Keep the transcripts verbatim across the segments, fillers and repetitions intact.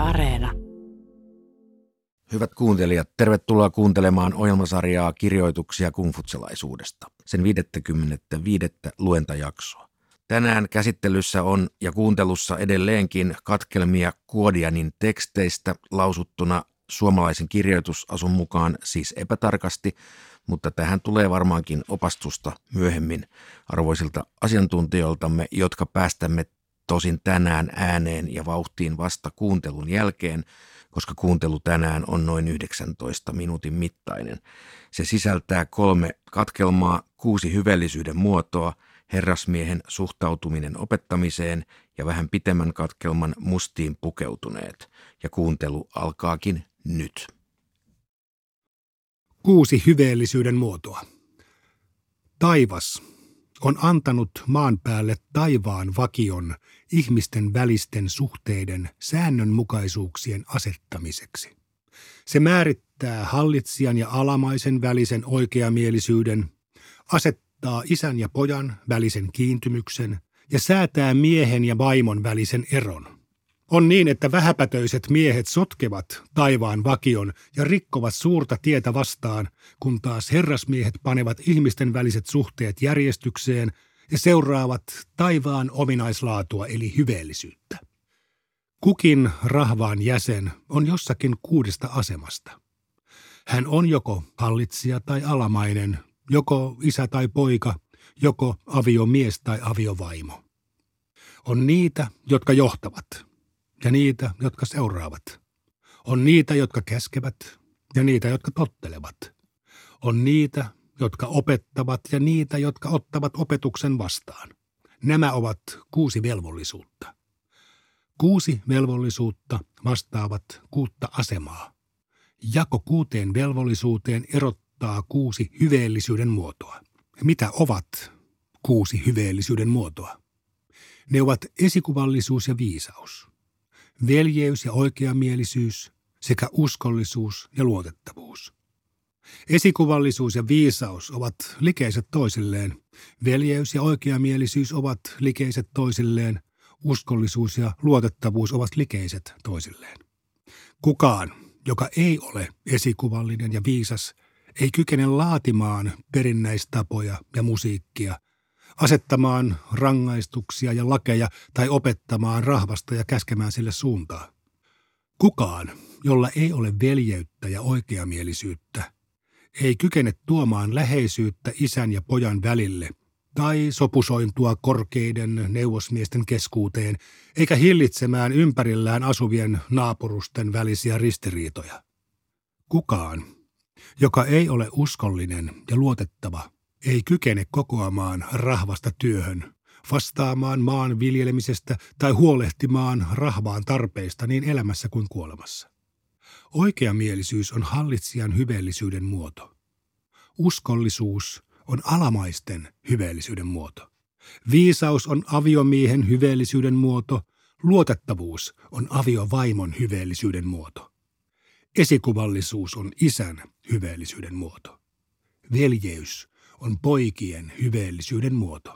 Areena. Hyvät kuuntelijat, tervetuloa kuuntelemaan ohjelmasarjaa Kirjoituksia kungfutselaisuudesta, sen viisikymmentäviisi luentajaksoa. Tänään käsittelyssä on ja kuuntelussa edelleenkin katkelmia Kuodianin teksteistä lausuttuna suomalaisen kirjoitusasun mukaan siis epätarkasti, mutta tähän tulee varmaankin opastusta myöhemmin arvoisilta asiantuntijoiltamme, jotka päästämme tosin tänään ääneen ja vauhtiin vasta kuuntelun jälkeen, koska kuuntelu tänään on noin yhdeksäntoista minuutin mittainen. Se sisältää kolme katkelmaa, kuusi hyveellisyyden muotoa, herrasmiehen suhtautuminen opettamiseen ja vähän pitemmän katkelman mustiin pukeutuneet. Ja kuuntelu alkaakin nyt. Kuusi hyveellisyyden muotoa. Taivas on antanut maan päälle taivaan vakion ihmisten välisten suhteiden säännönmukaisuuksien asettamiseksi. Se määrittää hallitsijan ja alamaisen välisen oikeamielisyyden, asettaa isän ja pojan välisen kiintymyksen ja säätää miehen ja vaimon välisen eron. On niin, että vähäpätöiset miehet sotkevat taivaan vakion ja rikkovat suurta tietä vastaan, kun taas herrasmiehet panevat ihmisten väliset suhteet järjestykseen ja seuraavat taivaan ominaislaatua eli hyveellisyyttä. Kukin rahvaan jäsen on jossakin kuudesta asemasta. Hän on joko hallitsija tai alamainen, joko isä tai poika, joko aviomies tai aviovaimo. On niitä, jotka johtavat, ja niitä, jotka seuraavat. On niitä, jotka käskevät, ja niitä, jotka tottelevat. On niitä, jotka opettavat, ja niitä, jotka ottavat opetuksen vastaan. Nämä ovat kuusi velvollisuutta. Kuusi velvollisuutta vastaavat kuutta asemaa. Jako kuuteen velvollisuuteen erottaa kuusi hyveellisyyden muotoa. Mitä ovat kuusi hyveellisyyden muotoa? Ne ovat esikuvallisuus ja viisaus, veljeys ja oikeamielisyys sekä uskollisuus ja luotettavuus. Esikuvallisuus ja viisaus ovat likeiset toisilleen, veljeys ja oikeamielisyys ovat likeiset toisilleen, uskollisuus ja luotettavuus ovat likeiset toisilleen. Kukaan, joka ei ole esikuvallinen ja viisas, ei kykene laatimaan perinnäistapoja ja musiikkia, asettamaan rangaistuksia ja lakeja tai opettamaan rahvasta ja käskemään sille suuntaa. Kukaan, jolla ei ole veljeyttä ja oikeamielisyyttä, ei kykene tuomaan läheisyyttä isän ja pojan välille tai sopusointua korkeiden neuvosmiesten keskuuteen, eikä hillitsemään ympärillään asuvien naapurusten välisiä ristiriitoja. Kukaan, joka ei ole uskollinen ja luotettava, ei kykene kokoamaan rahvasta työhön, vastaamaan maan viljelemisestä tai huolehtimaan rahvaan tarpeista niin elämässä kuin kuolemassa. Oikeamielisyys on hallitsijan hyveellisyyden muoto. Uskollisuus on alamaisten hyveellisyyden muoto. Viisaus on aviomiehen hyveellisyyden muoto. Luotettavuus on aviovaimon hyveellisyyden muoto. Esikuvallisuus on isän hyveellisyyden muoto. Veljeys on poikien hyveellisyyden muoto.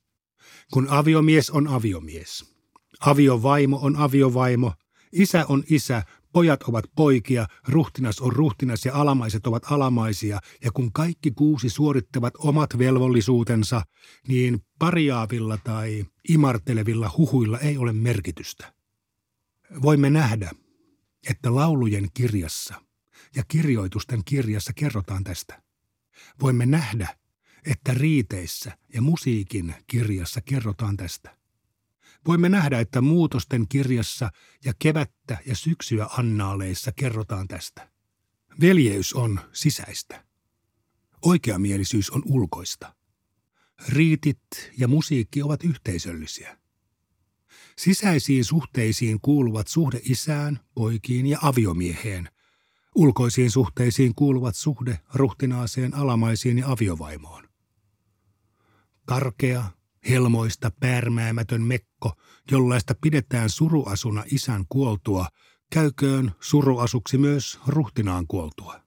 Kun aviomies on aviomies, aviovaimo on aviovaimo, isä on isä, pojat ovat poikia, ruhtinas on ruhtinas ja alamaiset ovat alamaisia, ja kun kaikki kuusi suorittavat omat velvollisuutensa, niin parjaavilla tai imartelevilla huhuilla ei ole merkitystä. Voimme nähdä, että laulujen kirjassa ja kirjoitusten kirjassa kerrotaan tästä. Voimme nähdä, että riiteissä ja musiikin kirjassa kerrotaan tästä. Voimme nähdä, että muutosten kirjassa ja kevättä ja syksyä annaaleissa kerrotaan tästä. Veljeys on sisäistä. Oikeamielisyys on ulkoista. Riitit ja musiikki ovat yhteisöllisiä. Sisäisiin suhteisiin kuuluvat suhde isään, poikiin ja aviomieheen. Ulkoisiin suhteisiin kuuluvat suhde ruhtinaaseen, alamaisiin ja aviovaimoon. Karkea, helmoista, päärmäämätön mekko, jollaista pidetään suruasuna isän kuoltua, käyköön suruasuksi myös ruhtinaan kuoltua.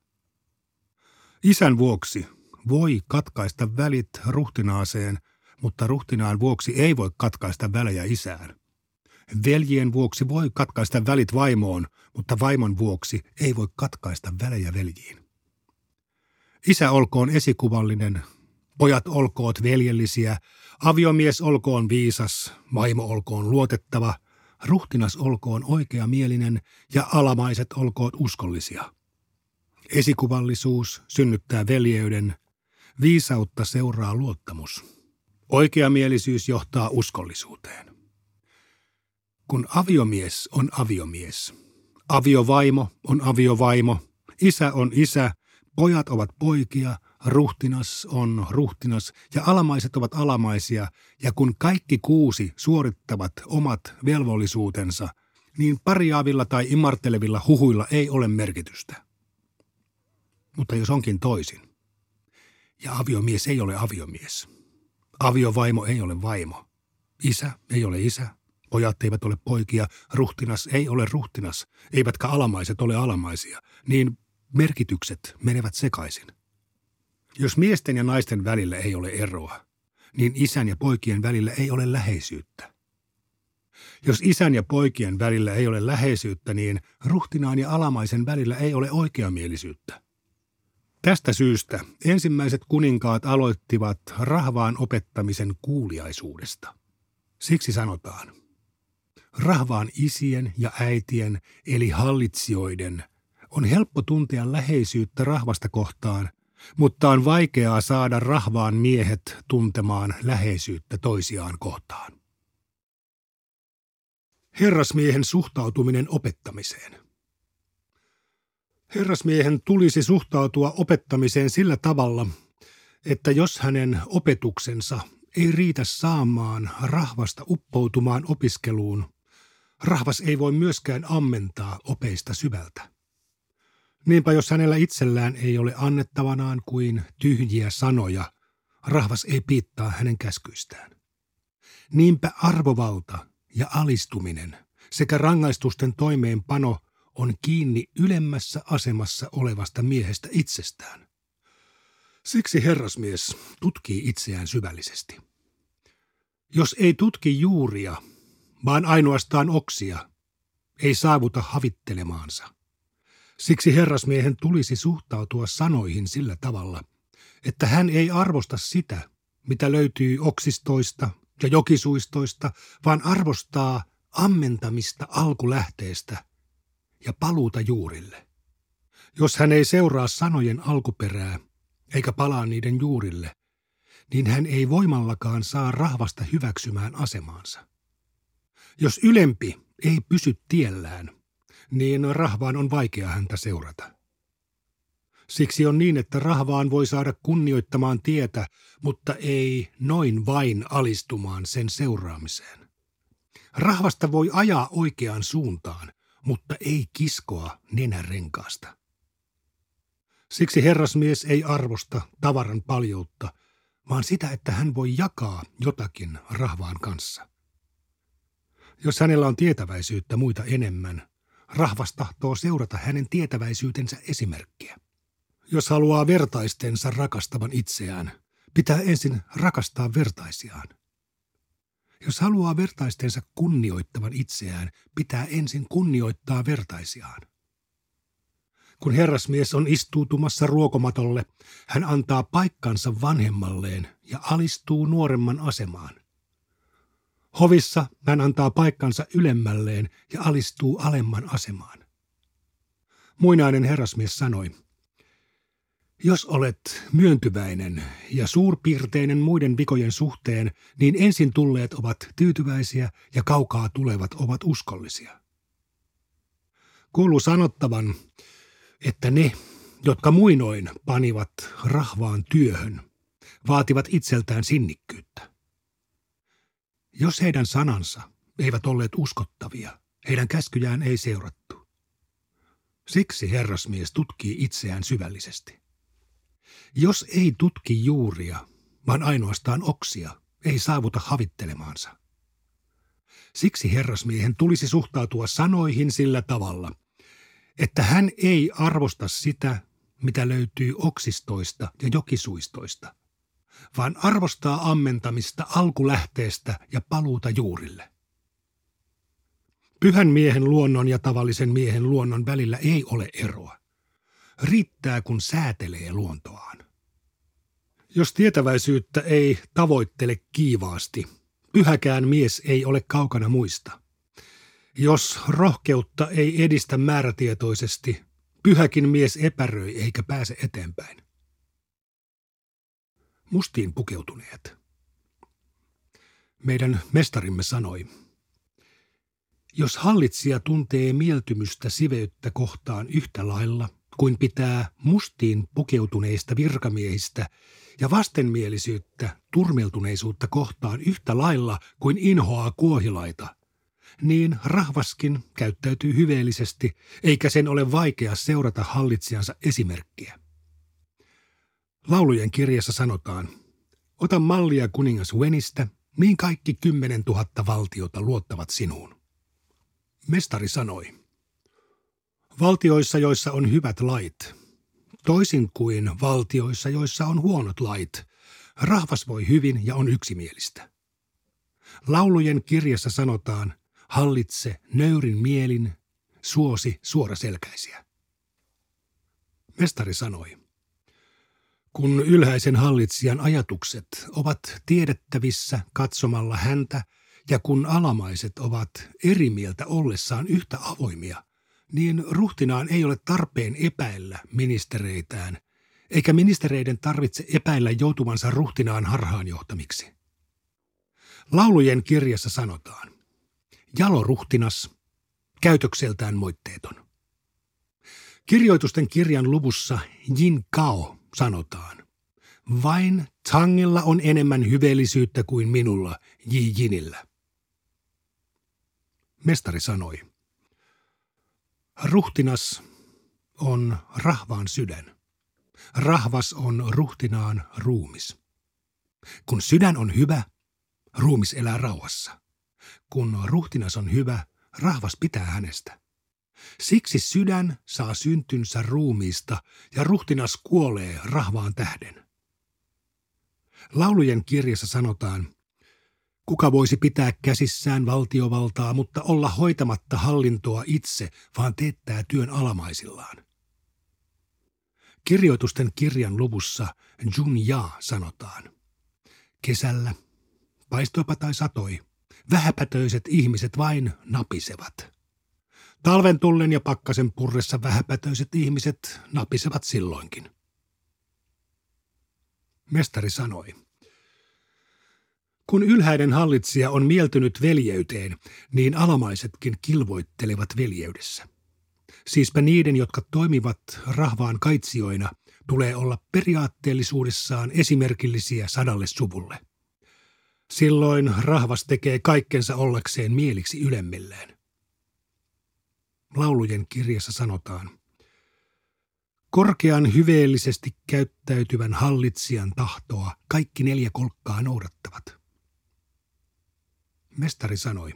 Isän vuoksi voi katkaista välit ruhtinaaseen, mutta ruhtinaan vuoksi ei voi katkaista välejä isään. Veljien vuoksi voi katkaista välit vaimoon, mutta vaimon vuoksi ei voi katkaista välejä veljiin. Isä olkoon esikuvallinen, pojat olkoot veljellisiä, aviomies olkoon viisas, vaimo olkoon luotettava, ruhtinas olkoon oikeamielinen ja alamaiset olkoot uskollisia. Esikuvallisuus synnyttää veljeyden, viisautta seuraa luottamus. Oikeamielisyys johtaa uskollisuuteen. Kun aviomies on aviomies, aviovaimo on aviovaimo, isä on isä, pojat ovat poikia, ruhtinas on ruhtinas ja alamaiset ovat alamaisia, ja kun kaikki kuusi suorittavat omat velvollisuutensa, niin parjaavilla tai imartelevilla huhuilla ei ole merkitystä. Mutta jos onkin toisin, ja aviomies ei ole aviomies, aviovaimo ei ole vaimo, isä ei ole isä, pojat eivät ole poikia, ruhtinas ei ole ruhtinas, eivätkä alamaiset ole alamaisia, niin merkitykset menevät sekaisin. Jos miesten ja naisten välillä ei ole eroa, niin isän ja poikien välillä ei ole läheisyyttä. Jos isän ja poikien välillä ei ole läheisyyttä, niin ruhtinaan ja alamaisen välillä ei ole oikeamielisyyttä. Tästä syystä ensimmäiset kuninkaat aloittivat rahvaan opettamisen kuuliaisuudesta. Siksi sanotaan, rahvaan isien ja äitien eli hallitsijoiden on helppo tuntea läheisyyttä rahvasta kohtaan, mutta on vaikeaa saada rahvaan miehet tuntemaan läheisyyttä toisiaan kohtaan. Herrasmiehen suhtautuminen opettamiseen. Herrasmiehen tulisi suhtautua opettamiseen sillä tavalla, että jos hänen opetuksensa ei riitä saamaan rahvasta uppoutumaan opiskeluun, rahvas ei voi myöskään ammentaa opeista syvältä. Niinpä jos hänellä itsellään ei ole annettavanaan kuin tyhjiä sanoja, rahvas ei piittaa hänen käskyistään. Niinpä arvovalta ja alistuminen sekä rangaistusten toimeenpano on kiinni ylemmässä asemassa olevasta miehestä itsestään. Siksi herrasmies tutkii itseään syvällisesti. Jos ei tutki juuria, vaan ainoastaan oksia, ei saavuta havittelemaansa. Siksi herrasmiehen tulisi suhtautua sanoihin sillä tavalla, että hän ei arvosta sitä, mitä löytyy oksistoista ja jokisuistoista, vaan arvostaa ammentamista alkulähteestä ja paluuta juurille. Jos hän ei seuraa sanojen alkuperää eikä palaa niiden juurille, niin hän ei voimallakaan saa rahvasta hyväksymään asemaansa. Jos ylempi ei pysy tiellään, niin rahvaan on vaikea häntä seurata. Siksi on niin, että rahvaan voi saada kunnioittamaan tietä, mutta ei noin vain alistumaan sen seuraamiseen. Rahvasta voi ajaa oikeaan suuntaan, mutta ei kiskoa nenärenkaasta. Siksi herrasmies ei arvosta tavaran paljoutta, vaan sitä, että hän voi jakaa jotakin rahvaan kanssa. Jos hänellä on tietäväisyyttä muita enemmän, rahvas tahtoo seurata hänen tietäväisyytensä esimerkkiä. Jos haluaa vertaistensa rakastavan itseään, pitää ensin rakastaa vertaisiaan. Jos haluaa vertaistensa kunnioittavan itseään, pitää ensin kunnioittaa vertaisiaan. Kun herrasmies on istuutumassa ruokomatolle, hän antaa paikkansa vanhemmalleen ja alistuu nuoremman asemaan. Hovissa hän antaa paikkansa ylemmälleen ja alistuu alemman asemaan. Muinainen herrasmies sanoi, jos olet myöntyväinen ja suurpiirteinen muiden vikojen suhteen, niin ensin tulleet ovat tyytyväisiä ja kaukaa tulevat ovat uskollisia. Kuuluu sanottavan, että ne, jotka muinoin panivat rahvaan työhön, vaativat itseltään sinnikkyyttä. Jos heidän sanansa eivät olleet uskottavia, heidän käskyjään ei seurattu. Siksi herrasmies tutkii itseään syvällisesti. Jos ei tutki juuria, vaan ainoastaan oksia, ei saavuta havittelemaansa. Siksi herrasmiehen tulisi suhtautua sanoihin sillä tavalla, että hän ei arvosta sitä, mitä löytyy oksistoista ja jokisuistoista, vaan arvostaa ammentamista alkulähteestä ja paluuta juurille. Pyhän miehen luonnon ja tavallisen miehen luonnon välillä ei ole eroa. Riittää, kun säätelee luontoaan. Jos tietäväisyyttä ei tavoittele kiivaasti, pyhäkään mies ei ole kaukana muista. Jos rohkeutta ei edistä määrätietoisesti, pyhäkin mies epäröi eikä pääse eteenpäin. Mustiin pukeutuneet. Meidän mestarimme sanoi, jos hallitsija tuntee mieltymystä siveyttä kohtaan yhtä lailla kuin pitää mustiin pukeutuneista virkamiehistä ja vastenmielisyyttä turmeltuneisuutta kohtaan yhtä lailla kuin inhoaa kuohilaita, niin rahvaskin käyttäytyy hyveellisesti, eikä sen ole vaikea seurata hallitsijansa esimerkkiä. Laulujen kirjassa sanotaan, ota mallia kuningas Wenistä, niin kaikki kymmenen tuhatta valtiota luottavat sinuun. Mestari sanoi, valtioissa, joissa on hyvät lait, toisin kuin valtioissa, joissa on huonot lait, rahvas voi hyvin ja on yksimielistä. Laulujen kirjassa sanotaan, hallitse nöyrin mielin, suosi suoraselkäisiä. Mestari sanoi, kun ylhäisen hallitsijan ajatukset ovat tiedettävissä katsomalla häntä ja kun alamaiset ovat eri mieltä ollessaan yhtä avoimia, niin ruhtinaan ei ole tarpeen epäillä ministereitään, eikä ministereiden tarvitse epäillä joutuvansa ruhtinaan harhaanjohtamiksi. Laulujen kirjassa sanotaan, jalo ruhtinas, käytökseltään moitteeton. Kirjoitusten kirjan luvussa Jin Kao sanotaan, vain Tangilla on enemmän hyveellisyyttä kuin minulla, Ji Jinillä. Mestari sanoi, ruhtinas on rahvaan sydän. Rahvas on ruhtinaan ruumis. Kun sydän on hyvä, ruumis elää rauhassa. Kun ruhtinas on hyvä, rahvas pitää hänestä. Siksi sydän saa syntynsä ruumiista ja ruhtinas kuolee rahvaan tähden. Laulujen kirjassa sanotaan, kuka voisi pitää käsissään valtiovaltaa, mutta olla hoitamatta hallintoa itse, vaan teettää työn alamaisillaan. Kirjoitusten kirjan luvussa Jun Ja sanotaan, kesällä, paistoipa tai satoi, vähäpätöiset ihmiset vain napisevat. Talven tullen ja pakkasen purressa vähäpätöiset ihmiset napisevat silloinkin. Mestari sanoi, kun ylhäinen hallitsija on mieltynyt veljeyteen, niin alamaisetkin kilvoittelevat veljeydessä. Siispä niiden, jotka toimivat rahvaan kaitsijoina, tulee olla periaatteellisuudessaan esimerkillisiä sadalle suvulle. Silloin rahvas tekee kaikkensa ollakseen mieliksi ylemmilleen. Laulujen kirjassa sanotaan, korkean hyveellisesti käyttäytyvän hallitsijan tahtoa kaikki neljä kolkkaa noudattavat. Mestari sanoi,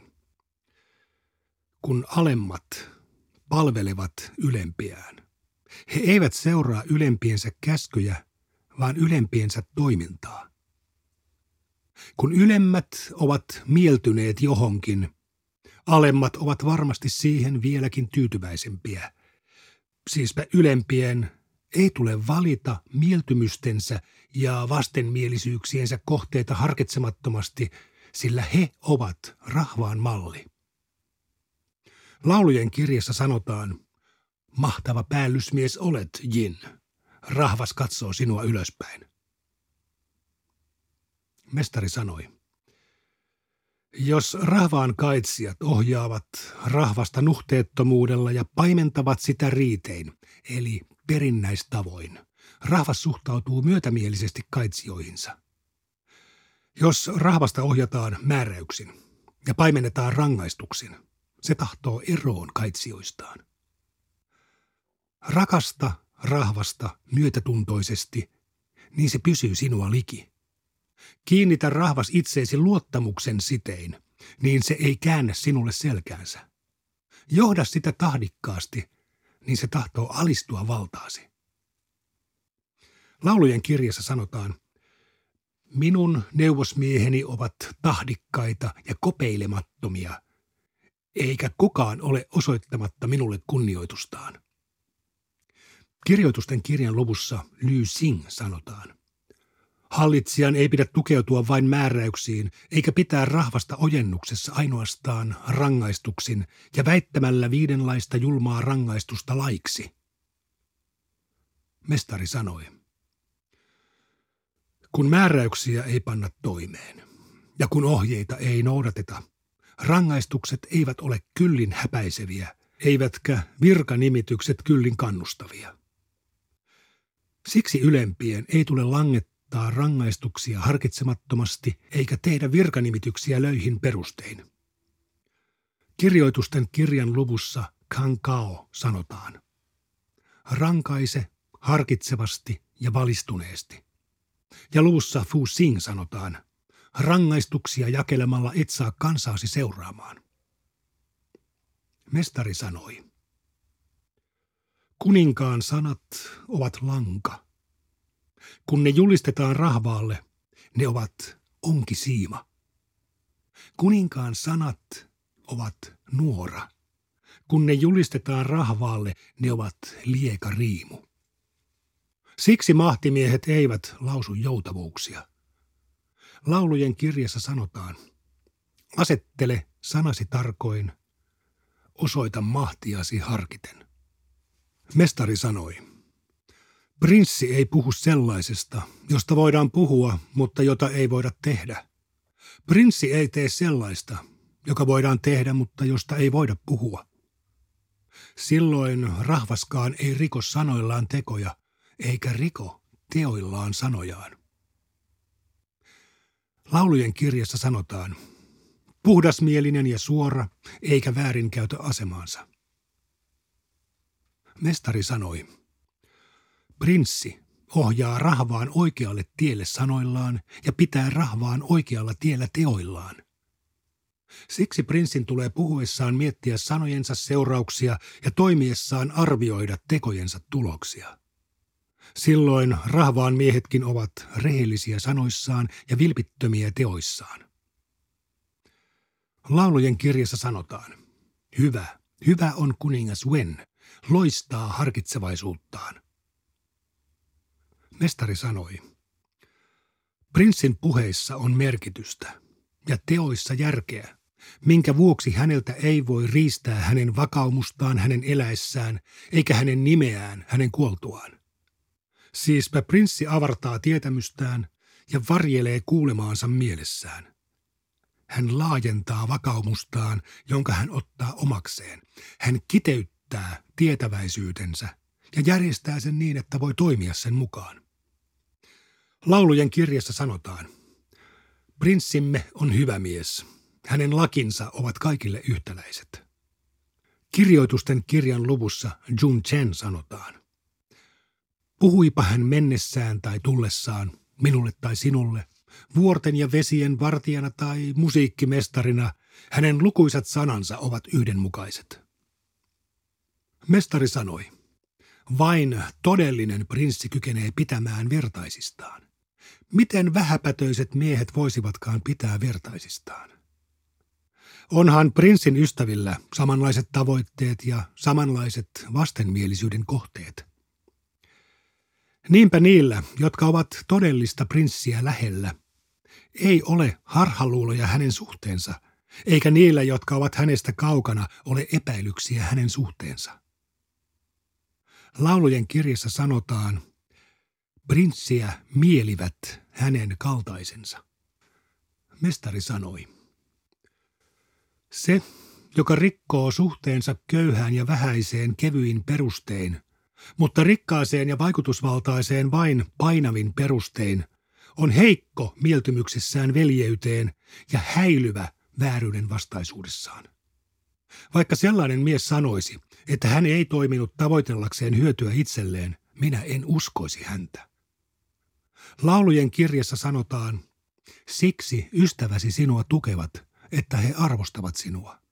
kun alemmat palvelevat ylempiään, he eivät seuraa ylempiensä käskyjä, vaan ylempiensä toimintaa. Kun ylemmät ovat mieltyneet johonkin, alemmat ovat varmasti siihen vieläkin tyytyväisempiä. Siispä ylempien ei tule valita mieltymystensä ja vastenmielisyyksiensä kohteita harkitsemattomasti, sillä he ovat rahvaan malli. Laulujen kirjassa sanotaan, mahtava päällysmies olet, Jin. Rahvas katsoo sinua ylöspäin. Mestari sanoi, jos rahvaan kaitsijat ohjaavat rahvasta nuhteettomuudella ja paimentavat sitä riitein, eli perinnäistavoin, rahvas suhtautuu myötämielisesti kaitsijoihinsa. Jos rahvasta ohjataan määräyksin ja paimennetaan rangaistuksin, se tahtoo eroon kaitsijoistaan. Rakasta rahvasta myötätuntoisesti, niin se pysyy sinua liki. Kiinnitä rahvas itseesi luottamuksen sitein, niin se ei käännä sinulle selkäänsä. Johda sitä tahdikkaasti, niin se tahtoo alistua valtaasi. Laulujen kirjassa sanotaan, minun neuvosmieheni ovat tahdikkaita ja kopeilemattomia, eikä kukaan ole osoittamatta minulle kunnioitustaan. Kirjoitusten kirjan luvussa Lü Xing sanotaan: hallitsijan ei pidä tukeutua vain määräyksiin, eikä pitää rahvasta ojennuksessa ainoastaan rangaistuksin ja väittämällä viidenlaista julmaa rangaistusta laiksi. Mestari sanoi: kun määräyksiä ei panna toimeen ja kun ohjeita ei noudateta, rangaistukset eivät ole kyllin häpäiseviä, eivätkä virkanimitykset kyllin kannustavia. Siksi ylempien ei tule langettaa rangaistuksia harkitsemattomasti eikä tehdä virkanimityksiä löyhin perustein. Kirjoitusten kirjan luvussa Kang Kao sanotaan: rankaise harkitsevasti ja valistuneesti. Ja luvussa Fu Xing sanotaan: rangaistuksia jakelemalla et saa kansaasi seuraamaan. Mestari sanoi: kuninkaan sanat ovat lanka. Kun ne julistetaan rahvaalle, ne ovat onkisiima. Kuninkaan sanat ovat nuora. Kun ne julistetaan rahvaalle, ne ovat liekariimu. Siksi mahtimiehet eivät lausu joutavuuksia. Laulujen kirjassa sanotaan: asettele sanasi tarkoin, osoita mahtiasi harkiten. Mestari sanoi: prinssi ei puhu sellaisesta, josta voidaan puhua, mutta jota ei voida tehdä. Prinssi ei tee sellaista, joka voidaan tehdä, mutta josta ei voida puhua. Silloin rahvaskaan ei riko sanoillaan tekoja, eikä riko teoillaan sanojaan. Laulujen kirjassa sanotaan: puhdasmielinen ja suora, eikä väärinkäytä asemaansa. Mestari sanoi: prinssi ohjaa rahvaan oikealle tielle sanoillaan ja pitää rahvaan oikealla tiellä teoillaan. Siksi prinssin tulee puhuessaan miettiä sanojensa seurauksia ja toimiessaan arvioida tekojensa tuloksia. Silloin rahvaan miehetkin ovat rehellisiä sanoissaan ja vilpittömiä teoissaan. Laulujen kirjassa sanotaan: hyvä, hyvä on kuningas Wen, loistaa harkitsevaisuuttaan. Mestari sanoi: prinssin puheissa on merkitystä ja teoissa järkeä, minkä vuoksi häneltä ei voi riistää hänen vakaumustaan hänen eläessään, eikä hänen nimeään hänen kuoltuaan. Siispä prinssi avartaa tietämystään ja varjelee kuulemaansa mielessään. Hän laajentaa vakaumustaan, jonka hän ottaa omakseen. Hän kiteyttää tietäväisyytensä ja järjestää sen niin, että voi toimia sen mukaan. Laulujen kirjassa sanotaan: prinssimme on hyvä mies. Hänen lakinsa ovat kaikille yhtäläiset. Kirjoitusten kirjan luvussa Jun Chen sanotaan: puhuipa hän mennessään tai tullessaan, minulle tai sinulle, vuorten ja vesien vartijana tai musiikkimestarina, hänen lukuisat sanansa ovat yhdenmukaiset. Mestari sanoi: vain todellinen prinssi kykenee pitämään vertaisistaan. Miten vähäpätöiset miehet voisivatkaan pitää vertaisistaan? Onhan prinssin ystävillä samanlaiset tavoitteet ja samanlaiset vastenmielisyyden kohteet. Niinpä niillä, jotka ovat todellista prinssiä lähellä, ei ole harhaluuloja hänen suhteensa, eikä niillä, jotka ovat hänestä kaukana, ole epäilyksiä hänen suhteensa. Laulujen kirjassa sanotaan: prinssiä mielivät hänen kaltaisensa. Mestari sanoi: se, joka rikkoo suhteensa köyhään ja vähäiseen kevyin perustein, mutta rikkaaseen ja vaikutusvaltaiseen vain painavin perustein, on heikko mieltymyksessään veljeyteen ja häilyvä vääryyden vastaisuudessaan. Vaikka sellainen mies sanoisi, että hän ei toiminut tavoitellakseen hyötyä itselleen, minä en uskoisi häntä. Laulujen kirjassa sanotaan: siksi ystäväsi sinua tukevat, että he arvostavat sinua.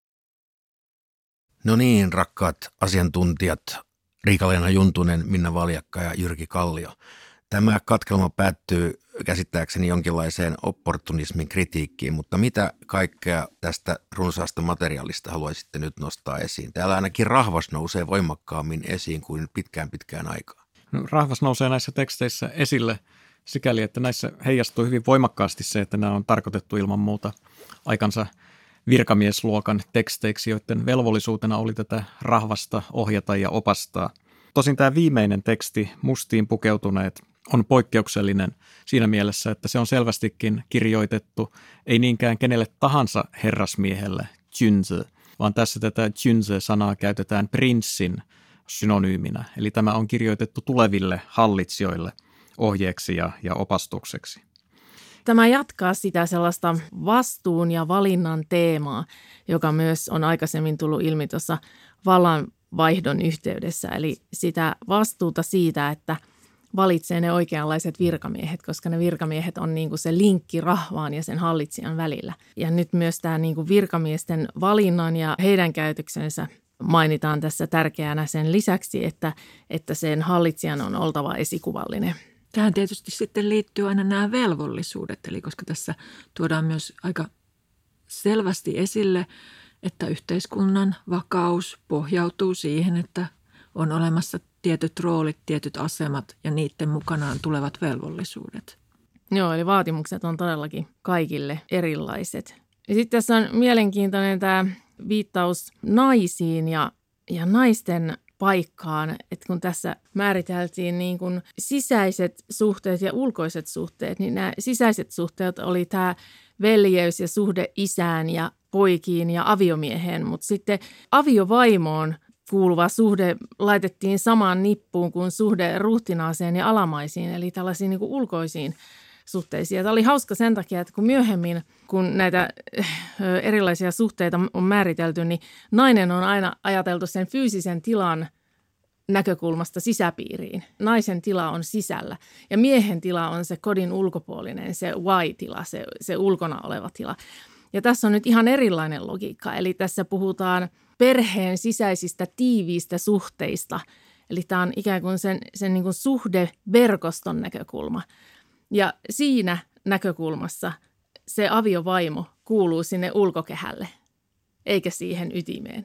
No niin, rakkaat asiantuntijat, Riikka-Leena Juntunen, Minna Valjakka ja Jyrki Kallio. Tämä katkelma päättyy käsittääkseni jonkinlaiseen opportunismin kritiikkiin, mutta mitä kaikkea tästä runsaasta materiaalista haluaisitte nyt nostaa esiin? Täällä ainakin rahvas nousee voimakkaammin esiin kuin pitkään pitkään aikaan. No, rahvas nousee näissä teksteissä esille sikäli, että näissä heijastuu hyvin voimakkaasti se, että nämä on tarkoitettu ilman muuta aikansa virkamiesluokan teksteiksi, joiden velvollisuutena oli tätä rahvasta ohjata ja opastaa. Tosin tämä viimeinen teksti, Mustiin pukeutuneet, on poikkeuksellinen siinä mielessä, että se on selvästikin kirjoitettu ei niinkään kenelle tahansa herrasmiehelle, Tjynse, vaan tässä tätä Tjynse-sanaa käytetään prinssin synonyyminä. Eli tämä on kirjoitettu tuleville hallitsijoille ohjeeksi ja, ja opastukseksi. Tämä jatkaa sitä sellaista vastuun ja valinnan teemaa, joka myös on aikaisemmin tullut ilmi tuossa vallanvaihdon yhteydessä. Eli sitä vastuuta siitä, että valitsee ne oikeanlaiset virkamiehet, koska ne virkamiehet on niin kuin se linkki rahvaan ja sen hallitsijan välillä. Ja nyt myös tämä niin kuin virkamiesten valinnan ja heidän käytöksensä mainitaan tässä tärkeänä sen lisäksi, että, että sen hallitsijan on oltava esikuvallinen. Tähän tietysti sitten liittyy aina nämä velvollisuudet, eli koska tässä tuodaan myös aika selvästi esille, että yhteiskunnan vakaus pohjautuu siihen, että on olemassa tietyt roolit, tietyt asemat ja niiden mukanaan tulevat velvollisuudet. Joo, eli vaatimukset on todellakin kaikille erilaiset. Ja sitten tässä on mielenkiintoinen tämä viittaus naisiin ja, ja naisten paikkaan, että kun tässä määriteltiin niin kuin sisäiset suhteet ja ulkoiset suhteet, niin nämä sisäiset suhteet oli tämä veljeys ja suhde isään ja poikiin ja aviomieheen, mutta sitten aviovaimoon kuuluva suhde laitettiin samaan nippuun kuin suhde ruhtinaaseen ja alamaisiin, eli tällaisiin niin kuin ulkoisiin suhteisiin. Tämä oli hauska sen takia, että kun myöhemmin, kun näitä erilaisia suhteita on määritelty, niin nainen on aina ajateltu sen fyysisen tilan näkökulmasta sisäpiiriin. Naisen tila on sisällä ja miehen tila on se kodin ulkopuolinen, se Y-tila, se, se ulkona oleva tila. Ja tässä on nyt ihan erilainen logiikka, eli tässä puhutaan perheen sisäisistä tiiviistä suhteista. Eli tämä on ikään kuin sen, sen niin kuin suhdeverkoston näkökulma. Ja siinä näkökulmassa se aviovaimo kuuluu sinne ulkokehälle, eikä siihen ytimeen.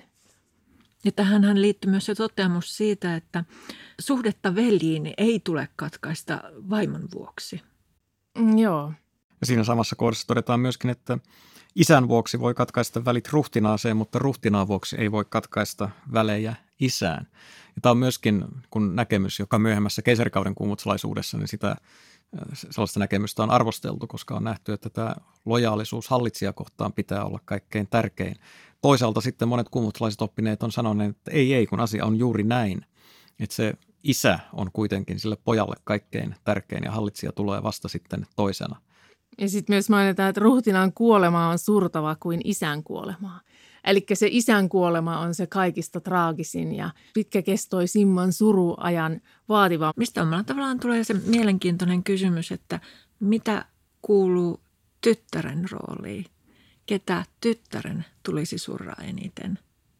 Ja tähänhän liittyy myös se toteamus siitä, että suhdetta veljiin ei tule katkaista vaimon vuoksi. Mm, joo. Ja siinä samassa kohdassa todetaan myöskin, että isän vuoksi voi katkaista välit ruhtinaaseen, mutta ruhtinaan vuoksi ei voi katkaista välejä isään. Ja tämä on myöskin kun näkemys, joka myöhemmässä keisarikauden kuumutsalaisuudessa, niin sitä sellaista näkemystä on arvosteltu, koska on nähty, että tämä lojaalisuus hallitsijakohtaan pitää olla kaikkein tärkein. Toisaalta sitten monet kuumutsalaiset oppineet on sanoneet, että ei, ei, kun asia on juuri näin. Että se isä on kuitenkin sille pojalle kaikkein tärkein ja hallitsija tulee vasta sitten toisena. Ja sitten myös mainitaan, että ruhtinaan kuolema on surtava kuin isän kuolemaa. Eli se isän kuolema on se kaikista traagisin ja pitkäkestoisimman suruajan vaativa. Mistä omalla tavallaan tulee se mielenkiintoinen kysymys, että mitä kuuluu tyttären rooliin? Ketä tyttären tulisi surraa eniten?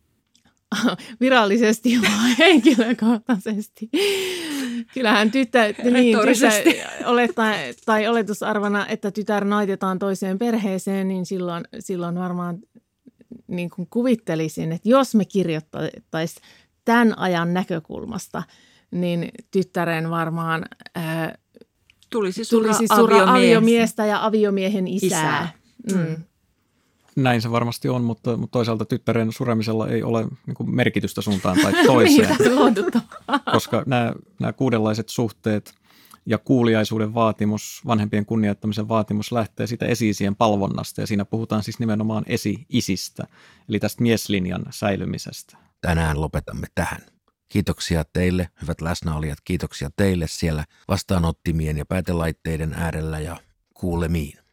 Virallisesti vai henkilökohtaisesti? Kyllähän tyttö, niin, tyttö olettaa, tai oletusarvana, että tytär naitetaan toiseen perheeseen, niin silloin, silloin varmaan niin kuin kuvittelisin, että jos me kirjoittaisiin tämän ajan näkökulmasta, niin tyttären varmaan ää, tulisi surra, tulisi surra aviomiestä ja aviomiehen isää. isää. Mm. Näin se varmasti on, mutta, mutta toisaalta tyttären suremisella ei ole niin kuin merkitystä suuntaan tai toiseen, koska nämä, nämä kuudenlaiset suhteet ja kuuliaisuuden vaatimus, vanhempien kunnioittamisen vaatimus lähtee siitä esi-isien palvonnasta ja siinä puhutaan siis nimenomaan esi-isistä, eli tästä mieslinjan säilymisestä. Tänään lopetamme tähän. Kiitoksia teille, hyvät läsnäolijat, kiitoksia teille siellä vastaanottimien ja päätelaitteiden äärellä ja kuulemiin.